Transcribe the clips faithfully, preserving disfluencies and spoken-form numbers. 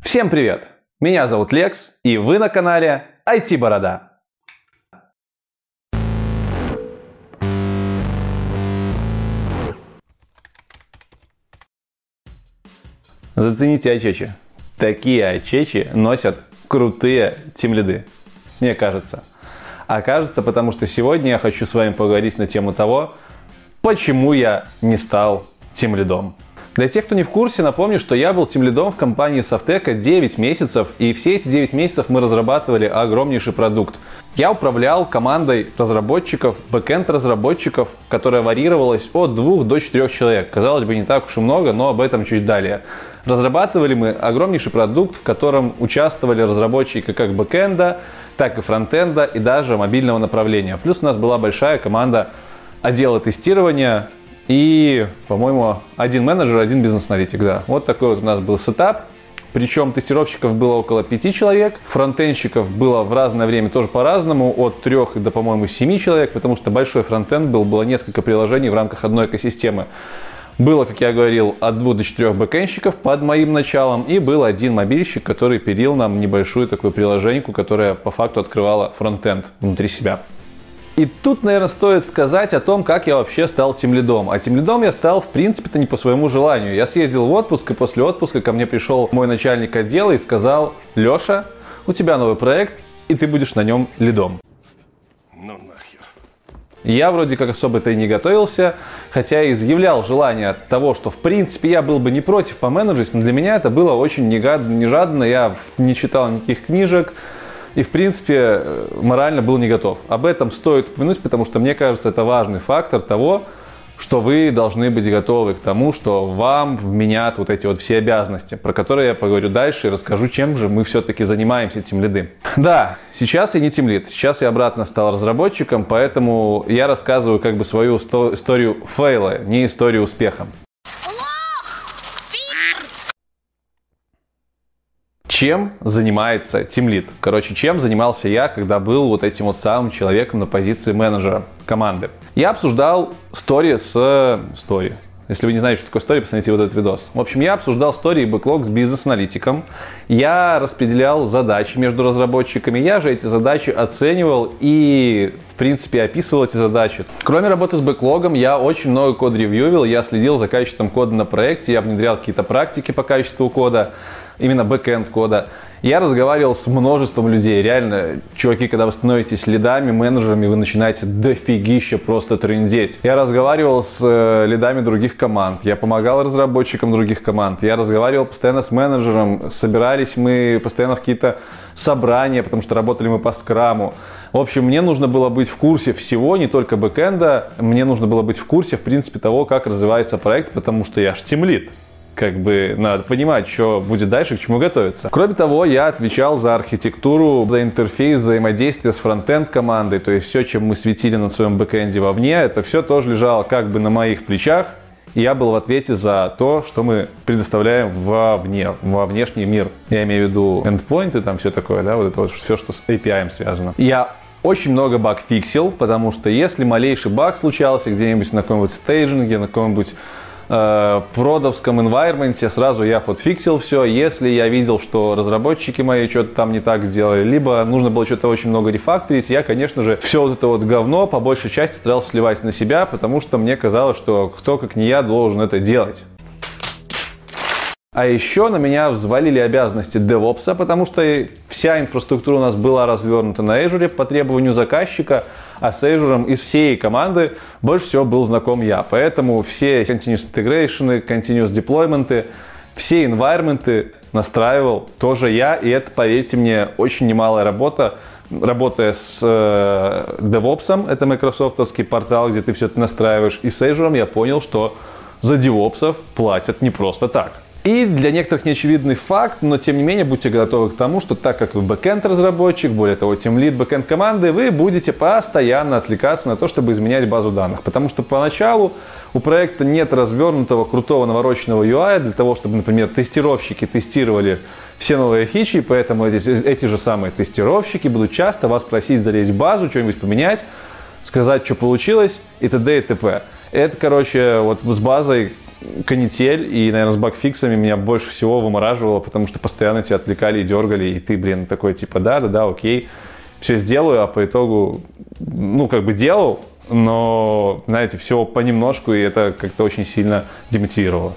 Всем привет! Меня зовут Лекс, и вы на канале ай ти-борода. Зацените очечи. Такие очечи носят крутые тимлиды, мне кажется. А кажется, потому что сегодня я хочу с вами поговорить на тему того, почему я не стал тимлидом. Для тех, кто не в курсе, напомню, что я был тимлидом в компании Софтека девять месяцев, и все эти девять месяцев мы разрабатывали огромнейший продукт. Я управлял командой разработчиков, бэкэнд-разработчиков, которая варьировалась от двух до четырёх человек. Казалось бы, не так уж и много, но об этом чуть далее. Разрабатывали мы огромнейший продукт, в котором участвовали разработчики как бэкэнда, так и фронтенда, и даже мобильного направления. Плюс у нас была большая команда отдела тестирования, и, по-моему, один менеджер, один бизнес-аналитик, да. Вот такой вот у нас был сетап. Причем тестировщиков было около пяти человек, фронтенщиков было в разное время тоже по-разному, от трех до, по-моему, семи человек, потому что большой фронтенд был, было несколько приложений в рамках одной экосистемы. Было, как я говорил, от двух до четырех бэкэндщиков под моим началом, и был один мобильщик, который пилил нам небольшую такую приложеньку, которая по факту открывала фронтенд внутри себя. И тут, наверное, стоит сказать о том, как я вообще стал тимлидом. А тимлидом я стал, в принципе-то, не по своему желанию. Я съездил в отпуск, и после отпуска ко мне пришел мой начальник отдела и сказал: Леша, у тебя новый проект, и ты будешь на нем лидом. Ну нахер. Я вроде как особо-то и не готовился, хотя и изъявлял желание от того, что, в принципе, я был бы не против поменеджить, но для меня это было очень нежадно, я не читал никаких книжек, и, в принципе, морально был не готов. Об этом стоит упомянуть, потому что, мне кажется, это важный фактор того, что вы должны быть готовы к тому, что вам вменят вот эти вот все обязанности, про которые я поговорю дальше и расскажу, чем же мы все-таки занимаемся тимлиды. Да, сейчас я не тимлид, сейчас я обратно стал разработчиком, поэтому я рассказываю как бы свою историю фейла, не историю успеха. Чем занимается тимлид? Короче, чем занимался я, когда был вот этим вот самым человеком на позиции менеджера команды? Я обсуждал стори с... Стори. Если вы не знаете, что такое стори, посмотрите вот этот видос. В общем, я обсуждал стори и бэклог с бизнес-аналитиком. Я распределял задачи между разработчиками. Я же эти задачи оценивал и, в принципе, описывал эти задачи. Кроме работы с бэклогом, я очень много код-ревьювил. Я следил за качеством кода на проекте. Я внедрял какие-то практики по качеству кода. Именно бэкэнд кода. Я разговаривал с множеством людей. Реально, чуваки, когда вы становитесь лидами, менеджерами, вы начинаете дофигища просто трындеть. Я разговаривал с э, лидами других команд. Я помогал разработчикам других команд. Я разговаривал постоянно с менеджером. Собирались мы постоянно в какие-то собрания, потому что работали мы по скраму. В общем, мне нужно было быть в курсе всего, не только бэкэнда. Мне нужно было быть в курсе, в принципе, того, как развивается проект, потому что я ж тимлид. Как бы надо понимать, что будет дальше, к чему готовиться. Кроме того, я отвечал за архитектуру, за интерфейс, взаимодействие с фронтенд командой. То есть все, чем мы светили на своем бэкэнде вовне, это все тоже лежало как бы на моих плечах. И я был в ответе за то, что мы предоставляем вовне, во внешний мир. Я имею в виду эндпоинты, там все такое, да, вот это вот все, что с эй пи ай связано. Я очень много баг фиксил, потому что если малейший баг случался где-нибудь на каком-нибудь стейджинге, на каком-нибудь продовском environment, сразу я подфиксил все. Если я видел, что разработчики мои что-то там не так сделали, либо нужно было что-то очень много рефакторить, я, конечно же, все вот это вот говно по большей части старался сливать на себя, потому что мне казалось, что кто, как не я, должен это делать. А еще на меня взвалили обязанности девопса, потому что вся инфраструктура у нас была развернута на Azure по требованию заказчика, а с Azure из всей команды больше всего был знаком я. Поэтому все continuous integration, continuous deployment, все environment настраивал тоже я, и это, поверьте мне, очень немалая работа. Работая с э, DevOps, это майкрософтовский портал, где ты все это настраиваешь, и с Azure я понял, что за девопсов платят не просто так. И для некоторых неочевидный факт, но тем не менее будьте готовы к тому, что так как вы бэкэнд-разработчик, более того, тимлид бэкэнд-команды, вы будете постоянно отвлекаться на то, чтобы изменять базу данных. Потому что поначалу у проекта нет развернутого, крутого, навороченного ю ай для того, чтобы, например, тестировщики тестировали все новые фичи, поэтому эти, эти же самые тестировщики будут часто вас просить залезть в базу, что-нибудь поменять, сказать, что получилось, и т.д. и т.п. Это, короче, вот с базой канитель, и, наверное, с багфиксами меня больше всего вымораживало, потому что постоянно тебя отвлекали и дергали, и ты, блин, такой, типа, да-да-да, окей, все сделаю, а по итогу, ну, как бы делал, но, знаете, все понемножку, и это как-то очень сильно демотивировало.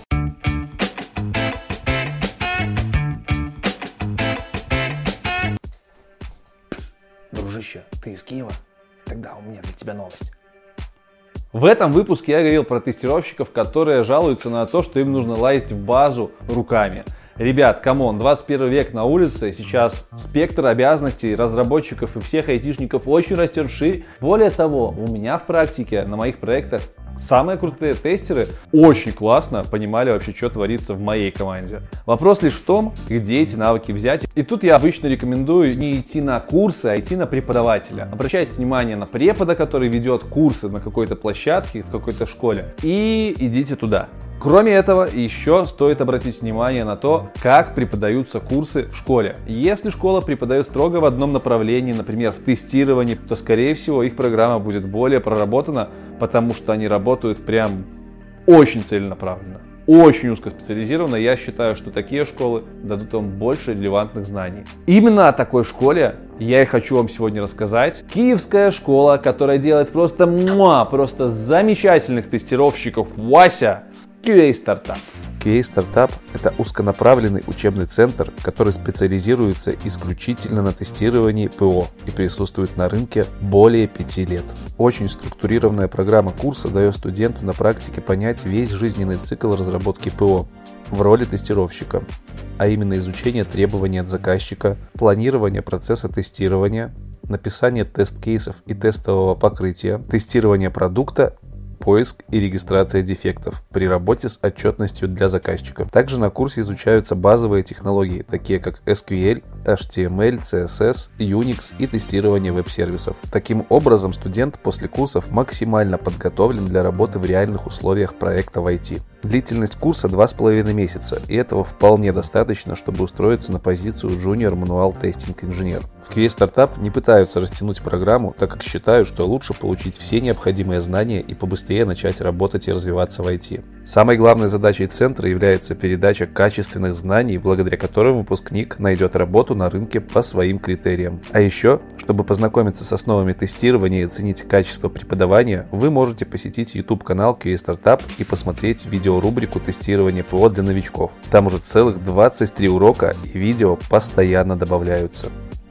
Пс, дружище, ты из Киева? Тогда у меня для тебя новость. В этом выпуске я говорил про тестировщиков, которые жалуются на то, что им нужно лазить в базу руками. Ребят, камон, двадцать первый век на улице, сейчас спектр обязанностей разработчиков и всех айтишников очень растет вширь. Более того, у меня в практике, на моих проектах, самые крутые тестеры очень классно понимали вообще, что творится в моей команде. Вопрос лишь в том, где эти навыки взять. И тут я обычно рекомендую не идти на курсы, а идти на преподавателя. Обращайте внимание на препода, который ведет курсы на какой-то площадке, в какой-то школе, и идите туда. Кроме этого, еще стоит обратить внимание на то, как преподаются курсы в школе. Если школа преподает строго в одном направлении, например, в тестировании, то, скорее всего, их программа будет более проработана, потому что они работают прям очень целенаправленно, очень узкоспециализированно. Я считаю, что такие школы дадут вам больше релевантных знаний. Именно о такой школе я и хочу вам сегодня рассказать. Киевская школа, которая делает просто муа, просто замечательных тестировщиков, Вася, кью эй Startup. кью эй Startup – это узконаправленный учебный центр, который специализируется исключительно на тестировании ПО и присутствует на рынке более пяти лет. Очень структурированная программа курса дает студенту на практике понять весь жизненный цикл разработки ПО в роли тестировщика, а именно изучение требований от заказчика, планирование процесса тестирования, написание тест-кейсов и тестового покрытия, тестирование продукта, поиск и регистрация дефектов при работе с отчетностью для заказчика. Также на курсе изучаются базовые технологии, такие как эс кью эль, эйч ти эм эль, си эс эс, Unix и тестирование веб-сервисов. Таким образом, студент после курсов максимально подготовлен для работы в реальных условиях проекта в ай ти. Длительность курса два с половиной месяца, и этого вполне достаточно, чтобы устроиться на позицию Junior Manual Testing Engineer. В кью эй Startup не пытаются растянуть программу, так как считают, что лучше получить все необходимые знания и побыстрее начать работать и развиваться в ай ти. Самой главной задачей центра является передача качественных знаний, благодаря которым выпускник найдет работу на рынке по своим критериям. А еще, чтобы познакомиться с основами тестирования и оценить качество преподавания, вы можете посетить YouTube-канал кью эй Startup и посмотреть видеорубрику тестирования ПО для новичков. Там уже целых двадцать три урока, и видео постоянно добавляются.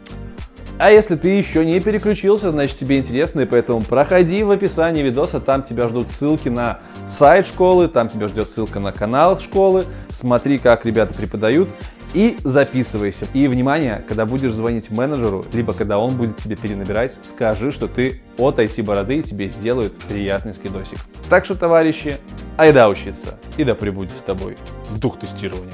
А если ты еще не переключился, значит тебе интересно, и поэтому проходи в описании видоса, там тебя ждут ссылки на сайт школы, там тебя ждет ссылка на канал школы, смотри, как ребята преподают, и записывайся. И, внимание, когда будешь звонить менеджеру, либо когда он будет тебе перенабирать, скажи, что ты от ай ти-бороды, и тебе сделают приятный скидосик. Так что, товарищи, айда учиться, и да пребудет с тобой дух тестирования.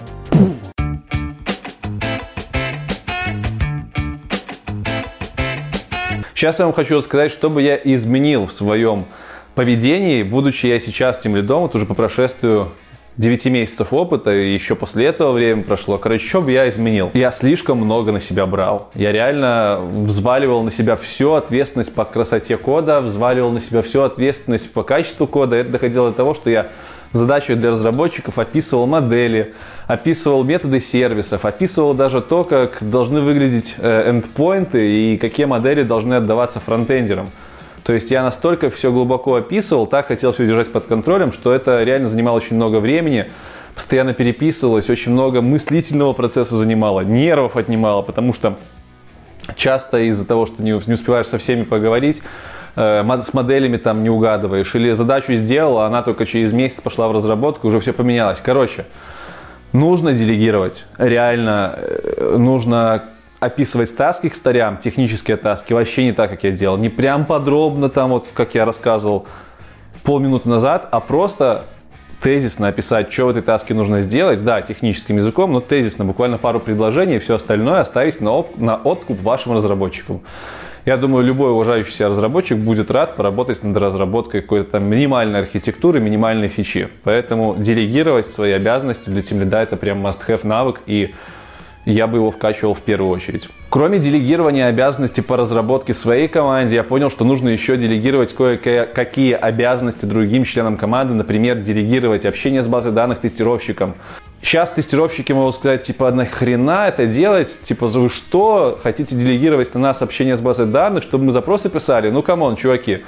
Сейчас я вам хочу рассказать, что бы я изменил в своем поведении, будучи я сейчас тимлидом, вот уже по прошествию девяти месяцев опыта, и еще после этого время прошло. Короче, что бы я изменил? Я слишком много на себя брал. Я реально взваливал на себя всю ответственность по красоте кода, взваливал на себя всю ответственность по качеству кода. Это доходило до того, что я задачу для разработчиков описывал модели, описывал методы сервисов, описывал даже то, как должны выглядеть эндпоинты и какие модели должны отдаваться фронтендерам. То есть я настолько все глубоко описывал, так хотел все держать под контролем, что это реально занимало очень много времени, постоянно переписывалось, очень много мыслительного процесса занимало, нервов отнимало, потому что часто из-за того, что не, не успеваешь со всеми поговорить, с моделями там не угадываешь, или задачу сделал, а она только через месяц пошла в разработку, уже все поменялось. Короче, нужно делегировать, реально нужно описывать таски к старям, технические таски, вообще не так, как я делал, не прям подробно там, вот как я рассказывал полминуты назад, а просто тезисно описать, что в этой таске нужно сделать, да, техническим языком, но тезисно, буквально пару предложений, и все остальное оставить на, оп- на откуп вашим разработчикам. Я думаю, любой уважающий себя разработчик будет рад поработать над разработкой какой-то там минимальной архитектуры, минимальной фичи. Поэтому делегировать свои обязанности для тимлида — это прям must-have навык. И я бы его вкачивал в первую очередь. Кроме делегирования обязанностей по разработке своей команде, я понял, что нужно еще делегировать кое-какие обязанности другим членам команды, например, делегировать общение с базой данных тестировщикам. Сейчас тестировщики могут сказать, типа, нахрена это делать? Типа, вы что, хотите делегировать на нас общение с базой данных, чтобы мы запросы писали? Ну, камон, чуваки.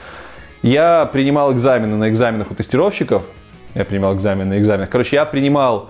Я принимал экзамены на экзаменах у тестировщиков. Я принимал экзамены на экзаменах. Короче, я принимал,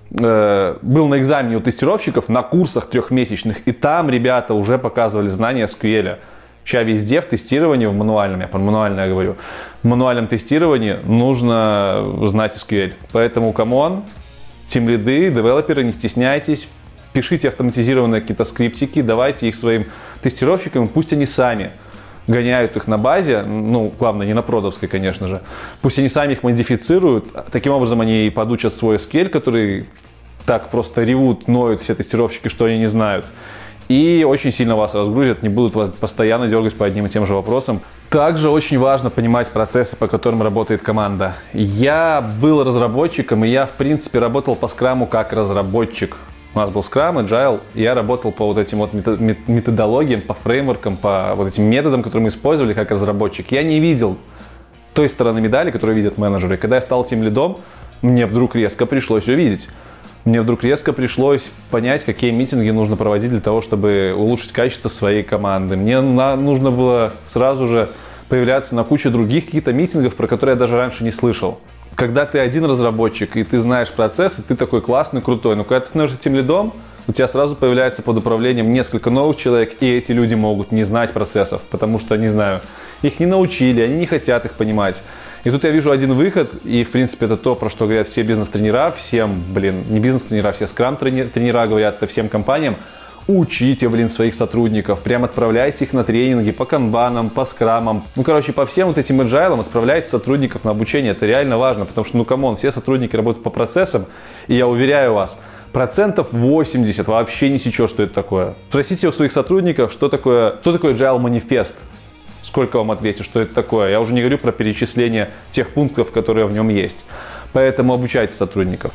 э, был на экзамене у тестировщиков на курсах трехмесячных, и там ребята уже показывали знания эс кью эль. Сейчас везде в тестировании, в мануальном, я про мануальное говорю, в мануальном тестировании нужно знать эс кью эль. Поэтому, камон, тимлиды, девелоперы, не стесняйтесь, пишите автоматизированные какие-то скриптики, давайте их своим тестировщикам, пусть они сами гоняют их на базе, ну, главное, не на продовской, конечно же, пусть они сами их модифицируют, таким образом они подучат свой эс кью эль, который так просто ревут, ноют все тестировщики, что они не знают, и очень сильно вас разгрузят, не будут вас постоянно дергать по одним и тем же вопросам. Также очень важно понимать процессы, по которым работает команда. Я был разработчиком, и я, в принципе, работал по скраму как разработчик. У нас был скрам, agile, и я работал по вот этим вот методологиям, по фреймворкам, по вот этим методам, которые мы использовали как разработчик. Я не видел той стороны медали, которую видят менеджеры. Когда я стал тимлидом, мне вдруг резко пришлось увидеть. Мне вдруг резко пришлось понять, какие митинги нужно проводить для того, чтобы улучшить качество своей команды. Мне нужно было сразу же появляться на куче других каких-то митингов, про которые я даже раньше не слышал. Когда ты один разработчик, и ты знаешь процессы, ты такой классный, крутой. Но когда ты становишься тимлидом, у тебя сразу появляется под управлением несколько новых человек, и эти люди могут не знать процессов, потому что, не знаю, их не научили, они не хотят их понимать. И тут я вижу один выход, и, в принципе, это то, про что говорят все бизнес-тренера, всем, блин, не бизнес-тренера, все скрам-тренера говорят это всем компаниям. Учите, блин, своих сотрудников, прям отправляйте их на тренинги по канбанам, по скрамам. Ну, короче, по всем вот этим agile отправляйте сотрудников на обучение, это реально важно, потому что, ну, камон, все сотрудники работают по процессам, и я уверяю вас, процентов восемьдесят вообще не сечет, что это такое. Спросите у своих сотрудников, что такое, что такое agile манифест. Сколько вам ответит, что это такое. Я уже не говорю про перечисление тех пунктов, которые в нем есть. Поэтому обучайте сотрудников.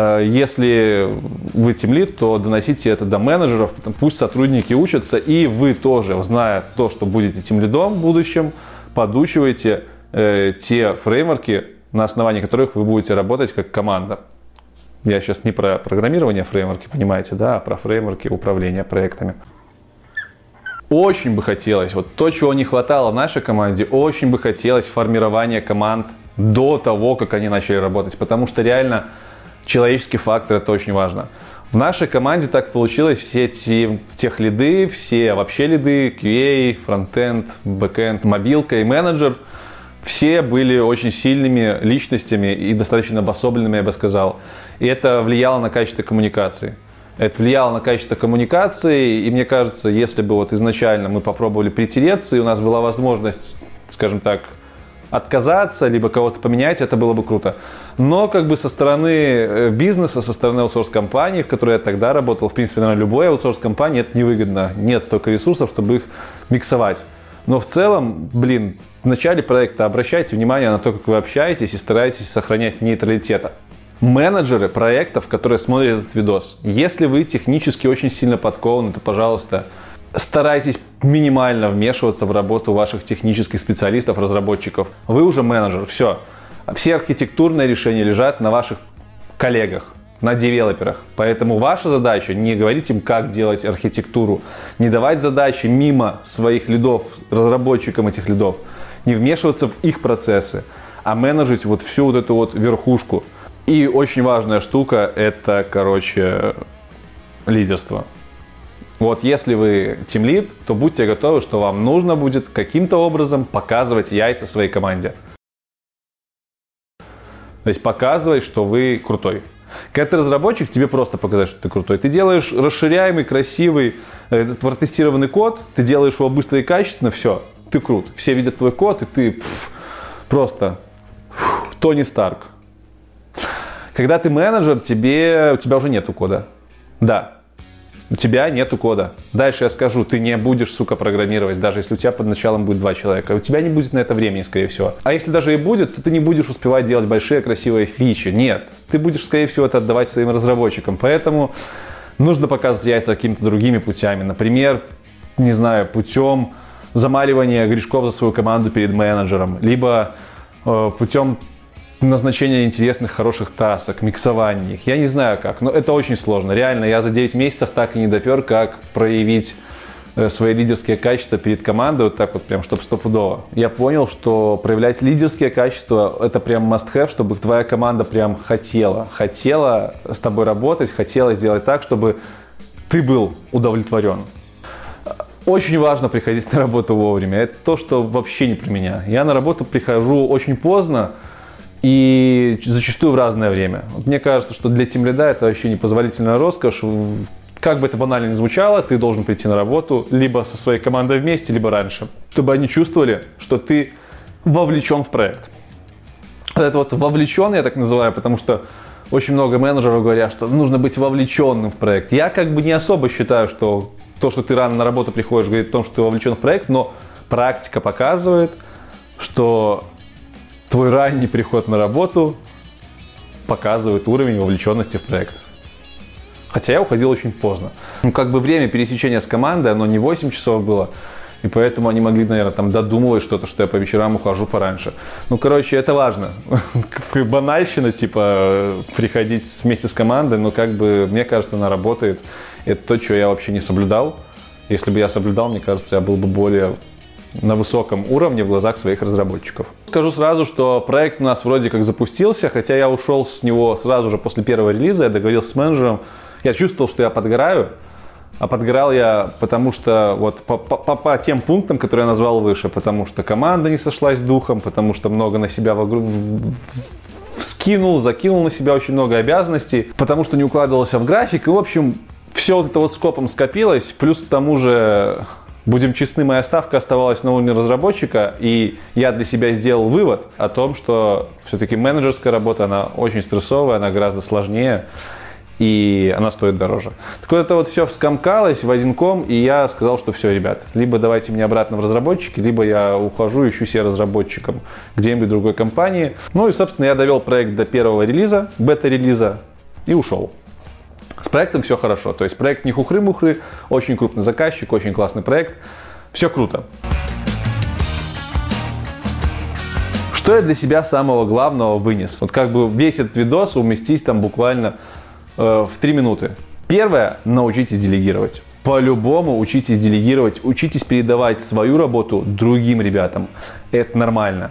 Если вы тимлид, то доносите это до менеджеров, пусть сотрудники учатся, и вы тоже, зная то, что будете тимлидом в будущем, подучивайте те фреймворки, на основании которых вы будете работать как команда. Я сейчас не про программирование фреймворки, понимаете, да, а про фреймворки управления проектами. Очень бы хотелось, вот то, чего не хватало нашей команде, очень бы хотелось формирования команд до того, как они начали работать, потому что реально человеческий фактор — это очень важно. В нашей команде так получилось, все эти тех лиды, все вообще лиды, кью эй, фронтенд, бэкенд, мобилка и менеджер, все были очень сильными личностями и достаточно обособленными, я бы сказал. И это влияло на качество коммуникации. Это влияло на качество коммуникации, и мне кажется, если бы вот изначально мы попробовали притереться, и у нас была возможность, скажем так, отказаться, либо кого-то поменять, это было бы круто. Но как бы со стороны бизнеса, со стороны аутсорс-компании, в которой я тогда работал, в принципе, наверное, любой аутсорс-компании, это невыгодно. Нет столько ресурсов, чтобы их миксовать. Но в целом, блин, в начале проекта обращайте внимание на то, как вы общаетесь, и старайтесь сохранять нейтралитет. Менеджеры проектов, которые смотрят этот видос, если вы технически очень сильно подкованы, то, пожалуйста, старайтесь минимально вмешиваться в работу ваших технических специалистов, разработчиков. Вы уже менеджер, все. Все архитектурные решения лежат на ваших коллегах, на девелоперах. Поэтому ваша задача не говорить им, как делать архитектуру, не давать задачи мимо своих лидов, разработчикам этих лидов, не вмешиваться в их процессы, а менеджить вот всю вот эту вот верхушку. И очень важная штука – это, короче, лидерство. Вот если вы тимлид, то будьте готовы, что вам нужно будет каким-то образом показывать яйца своей команде. То есть показывать, что вы крутой. Когда ты разработчик, тебе просто показать, что ты крутой. Ты делаешь расширяемый, красивый, протестированный код, ты делаешь его быстро и качественно, все, ты крут. Все видят твой код, и ты пфф, просто пфф, Тони Старк. Когда ты менеджер, тебе, у тебя уже нету кода. Да, у тебя нету кода. Дальше я скажу, ты не будешь, сука, программировать, даже если у тебя под началом будет два человека. У тебя не будет на это времени, скорее всего. А если даже и будет, то ты не будешь успевать делать большие красивые фичи. Нет, ты будешь, скорее всего, это отдавать своим разработчикам. Поэтому нужно показывать яйца какими-то другими путями. Например, не знаю, путем замаливания грешков за свою команду перед менеджером, либо э, путем назначения интересных, хороших тасок, миксования их. Я не знаю как, но это очень сложно. Реально, я за девять месяцев так и не допер, как проявить э, свои лидерские качества перед командой, вот так вот прям, чтобы стопудово. Я понял, что проявлять лидерские качества — это прям must-have, чтобы твоя команда прям хотела, хотела с тобой работать, хотела сделать так, чтобы ты был удовлетворен. Очень важно приходить на работу вовремя. Это то, что вообще не про меня. Я на работу прихожу очень поздно и зачастую в разное время. Вот мне кажется, что для тимлида это вообще непозволительная роскошь. Как бы это банально ни звучало, ты должен прийти на работу либо со своей командой вместе, либо раньше, чтобы они чувствовали, что ты вовлечен в проект. Это вот вовлечен, я так называю, потому что очень много менеджеров говорят, что нужно быть вовлеченным в проект. Я как бы не особо считаю, что то, что ты рано на работу приходишь, говорит о том, что ты вовлечен в проект, но практика показывает, что твой ранний приход на работу показывает уровень вовлеченности в проект. Хотя я уходил очень поздно. Ну, как бы время пересечения с командой, оно не восемь часов было, и поэтому они могли, наверное, там додумывать что-то, что я по вечерам ухожу пораньше. Ну, короче, это важно. Банальщина, типа, приходить вместе с командой, но как бы, мне кажется, она работает. Это то, что я вообще не соблюдал. Если бы я соблюдал, мне кажется, я был бы более на высоком уровне в глазах своих разработчиков. Скажу сразу, что проект у нас вроде как запустился, хотя я ушел с него сразу же после первого релиза, я договорился с менеджером. Я чувствовал, что я подгораю, а подгорал я потому что вот по, по, по тем пунктам, которые я назвал выше, потому что команда не сошлась духом, потому что много на себя в, в, вскинул, закинул на себя очень много обязанностей, потому что не укладывался в график, и в общем все вот это вот скопом скопилось, плюс к тому же, будем честны, моя ставка оставалась на уровне разработчика, и я для себя сделал вывод о том, что все-таки менеджерская работа, она очень стрессовая, она гораздо сложнее, и она стоит дороже. Так вот это вот все вскомкалось в один ком, и я сказал, что все, ребят, либо давайте меня обратно в разработчики, либо я ухожу, ищу себе разработчиком где-нибудь в другой компании. Ну и, собственно, я довел проект до первого релиза, бета-релиза, и ушел. С проектом все хорошо, то есть проект не хухры-мухры, очень крупный заказчик, очень классный проект, все круто. Что я для себя самого главного вынес? Вот как бы весь этот видос уместить там буквально э, в три минуты. Первое, научитесь делегировать. По-любому учитесь делегировать, учитесь передавать свою работу другим ребятам. Это нормально.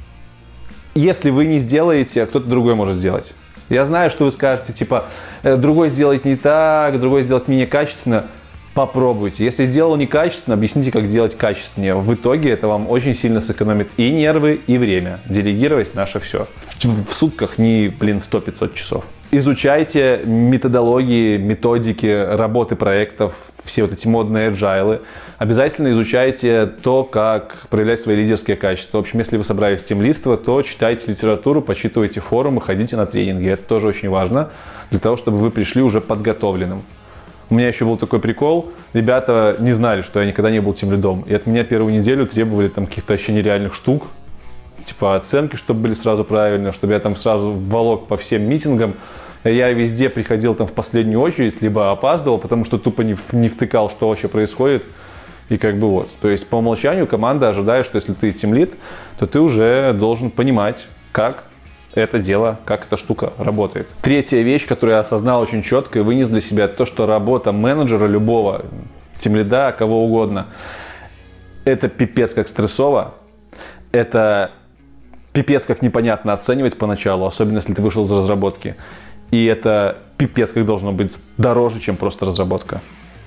Если вы не сделаете, кто-то другой может сделать. Я знаю, что вы скажете, типа, другой сделать не так, другой сделать менее качественно. Попробуйте. Если сделал некачественно, объясните, как делать качественнее. В итоге это вам очень сильно сэкономит и нервы, и время. Делегировать наше все. В, в сутках не, блин, сто-пятьсот часов. Изучайте методологии, методики работы проектов, все вот эти модные agile. Обязательно изучайте то, как проявлять свои лидерские качества. В общем, если вы собрались в тимлидство, то читайте литературу, почитывайте форумы, ходите на тренинги. Это тоже очень важно, для того, чтобы вы пришли уже подготовленным. У меня еще был такой прикол. Ребята не знали, что я никогда не был тимлидом. И от меня первую неделю требовали там каких-то вообще нереальных штук. Типа оценки, чтобы были сразу правильно, чтобы я там сразу волок по всем митингам. Я везде приходил там в последнюю очередь, либо опаздывал, потому что тупо не, не втыкал, что вообще происходит. И как бы вот. То есть по умолчанию команда ожидает, что если ты тимлид, то ты уже должен понимать, как это дело, как эта штука работает. Третья вещь, которую я осознал очень четко и вынес для себя, то, что работа менеджера любого, тимлида, кого угодно, это пипец как стрессово, это пипец как непонятно оценивать поначалу, особенно если ты вышел из разработки. И это пипец как должно быть дороже, чем просто разработка.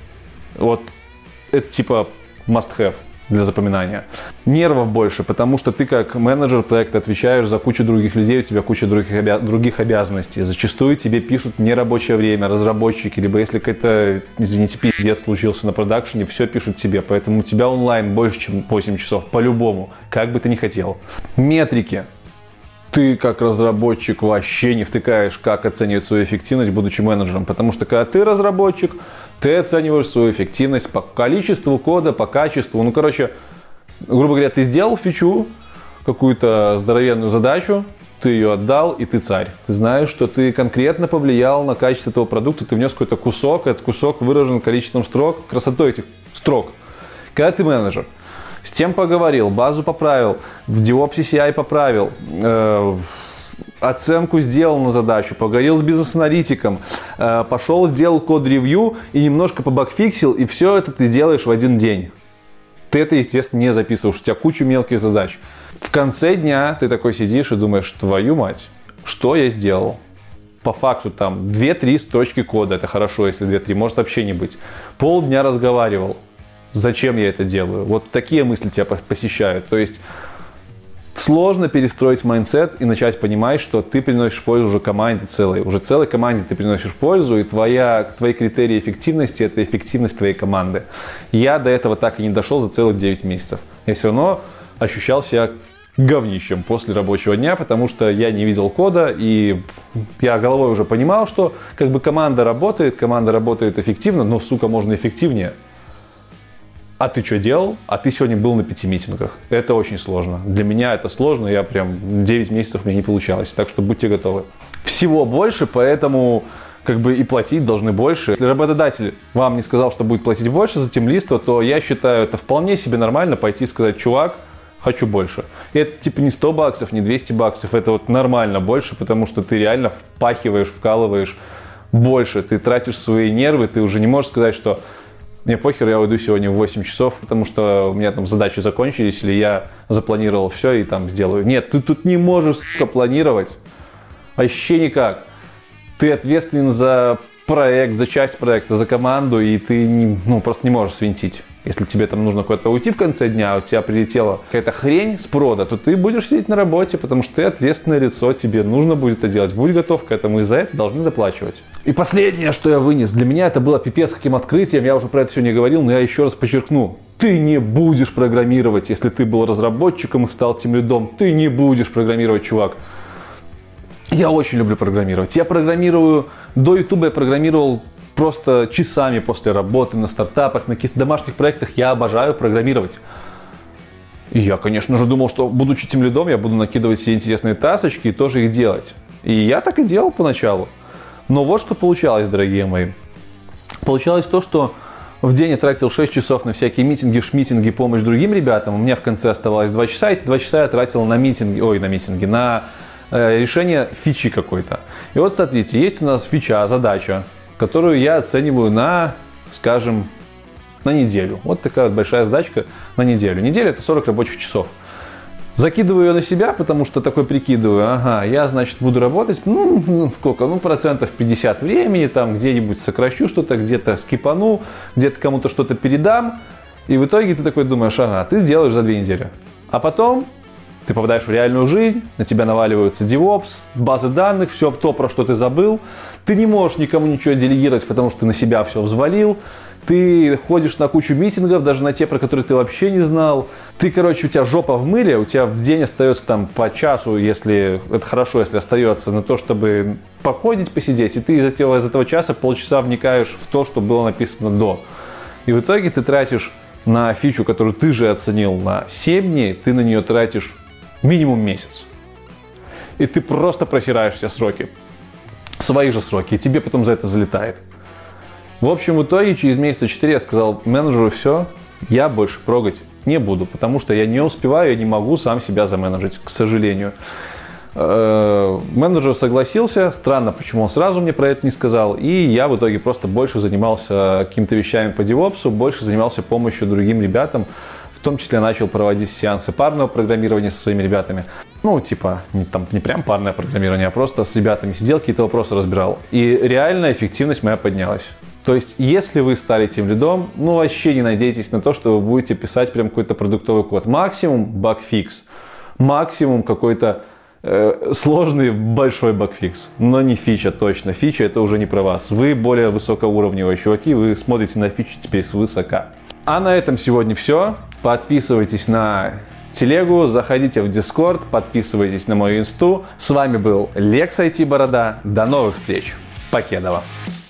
Вот это типа must-have для запоминания. Нервов больше, потому что ты как менеджер проекта отвечаешь за кучу других людей, у тебя куча других, обя- других обязанностей. Зачастую тебе пишут нерабочее время, разработчики, либо если какой-то, извините, пиздец случился на продакшене, все пишут тебе. Поэтому у тебя онлайн больше, чем восемь часов, по-любому, как бы ты ни хотел. Метрики. Ты как разработчик вообще не втыкаешь, как оценивать свою эффективность, будучи менеджером. Потому что когда ты разработчик, ты оцениваешь свою эффективность по количеству кода, по качеству. Ну, короче, грубо говоря, ты сделал фичу, какую-то здоровенную задачу, ты ее отдал, и ты царь. Ты знаешь, что ты конкретно повлиял на качество этого продукта, ты внес какой-то кусок, этот кусок выражен количеством строк, красотой этих строк. Когда ты менеджер, с тем поговорил, базу поправил, в DevOps си ай поправил, э, оценку сделал на задачу, поговорил с бизнес-аналитиком, э, пошел, сделал код-ревью и немножко побагфиксил, и все это ты делаешь в один день. Ты это, естественно, не записываешь, у тебя куча мелких задач. В конце дня ты такой сидишь и думаешь, твою мать, что я сделал? По факту там две-три строчки кода, это хорошо, если две-три, может вообще не быть. Полдня разговаривал. Зачем я это делаю? Вот такие мысли тебя посещают. То есть сложно перестроить майндсет и начать понимать, что ты приносишь пользу уже команде целой. Уже целой команде ты приносишь пользу, и твоя, твои критерии эффективности – это эффективность твоей команды. Я до этого так и не дошел за целых девять месяцев. Я все равно ощущал себя говнищем после рабочего дня, потому что я не видел кода, и я головой уже понимал, что как бы команда работает, команда работает эффективно, но, сука, можно эффективнее. А ты что делал? А ты сегодня был на пяти митингах. Это очень сложно. Для меня это сложно, я прям девять месяцев у меня не получалось, так что будьте готовы. Всего больше, поэтому как бы и платить должны больше. Если работодатель вам не сказал, что будет платить больше за тимлиста, то я считаю, это вполне себе нормально пойти и сказать, чувак, хочу больше. И это типа не сто баксов, не двести баксов, это вот нормально больше, потому что ты реально впахиваешь, вкалываешь больше, ты тратишь свои нервы, ты уже не можешь сказать, что мне похер, я уйду сегодня в восемь часов, потому что у меня там задачи закончились, или я запланировал все и там сделаю. Нет, ты тут не можешь, сука, планировать. Вообще никак. Ты ответственен за проект, за часть проекта, за команду, и ты не, ну, просто не можешь свинтить. Если тебе там нужно куда-то уйти в конце дня, а у тебя прилетела какая-то хрень с прода, то ты будешь сидеть на работе, потому что ты ответственное лицо, тебе нужно будет это делать. Будь готов к этому, и за это должны заплачивать. И последнее, что я вынес, для меня это было пипец каким открытием, я уже про это сегодня говорил, но я еще раз подчеркну. Ты не будешь программировать, если ты был разработчиком и стал тимлидом. Ты не будешь программировать, чувак. Я очень люблю программировать. Я программирую, до ютуба я программировал просто часами после работы, на стартапах, на каких-то домашних проектах. Я обожаю программировать. И я, конечно же, думал, что, будучи тимлидом, я буду накидывать все интересные тасочки и тоже их делать. И я так и делал поначалу. Но вот что получалось, дорогие мои. Получалось то, что в день я тратил шесть часов на всякие митинги, шмитинги, помощь другим ребятам. У меня в конце оставалось два часа. Эти два часа я тратил на митинги, ой, на митинги, на э, решение фичи какой-то. И вот смотрите, есть у нас фича, задача, которую я оцениваю на, скажем, на неделю. Вот такая вот большая задачка на неделю. Неделя – это сорок рабочих часов. Закидываю ее на себя, потому что такой прикидываю, ага, я, значит, буду работать, ну, сколько, ну, процентов пятьдесят времени, там, где-нибудь сокращу что-то, где-то скипану, где-то кому-то что-то передам, и в итоге ты такой думаешь, ага, ты сделаешь за две недели. А потом ты попадаешь в реальную жизнь, на тебя наваливаются DevOps, базы данных, все то, про что ты забыл, ты не можешь никому ничего делегировать, потому что ты на себя все взвалил, ты ходишь на кучу митингов, даже на те, про которые ты вообще не знал. Ты, короче, у тебя жопа в мыле, у тебя в день остается там по часу, если это хорошо, если остается на то, чтобы покодить, посидеть, и ты из этого, из этого часа полчаса вникаешь в то, что было написано до. И в итоге ты тратишь на фичу, которую ты же оценил на семь дней, ты на нее тратишь минимум месяц. И ты просто просираешь все сроки. Свои же сроки, и тебе потом за это залетает. В общем, в итоге, через месяца четыре я сказал менеджеру, все, я больше прогать не буду, потому что я не успеваю, я не могу сам себя заменеджить, к сожалению. Менеджер согласился, странно, почему он сразу мне про это не сказал, и я в итоге просто больше занимался какими-то вещами по DevOps, больше занимался помощью другим ребятам, в том числе начал проводить сеансы парного программирования со своими ребятами. Ну, типа, не, там, не прям парное программирование, а просто с ребятами сидел, какие-то вопросы разбирал. И реально эффективность моя поднялась. То есть, если вы стали тимлидом, ну, вообще не надейтесь на то, что вы будете писать прям какой-то продуктовый код. Максимум багфикс, максимум какой-то э, сложный большой багфикс, но не фича точно. Фича — это уже не про вас. Вы более высокоуровневые чуваки, вы смотрите на фичи теперь свысока. А на этом сегодня все. Подписывайтесь на телегу, заходите в Discord, подписывайтесь на мою инсту. С вами был Лекс ай ти Борода. До новых встреч. Покедова.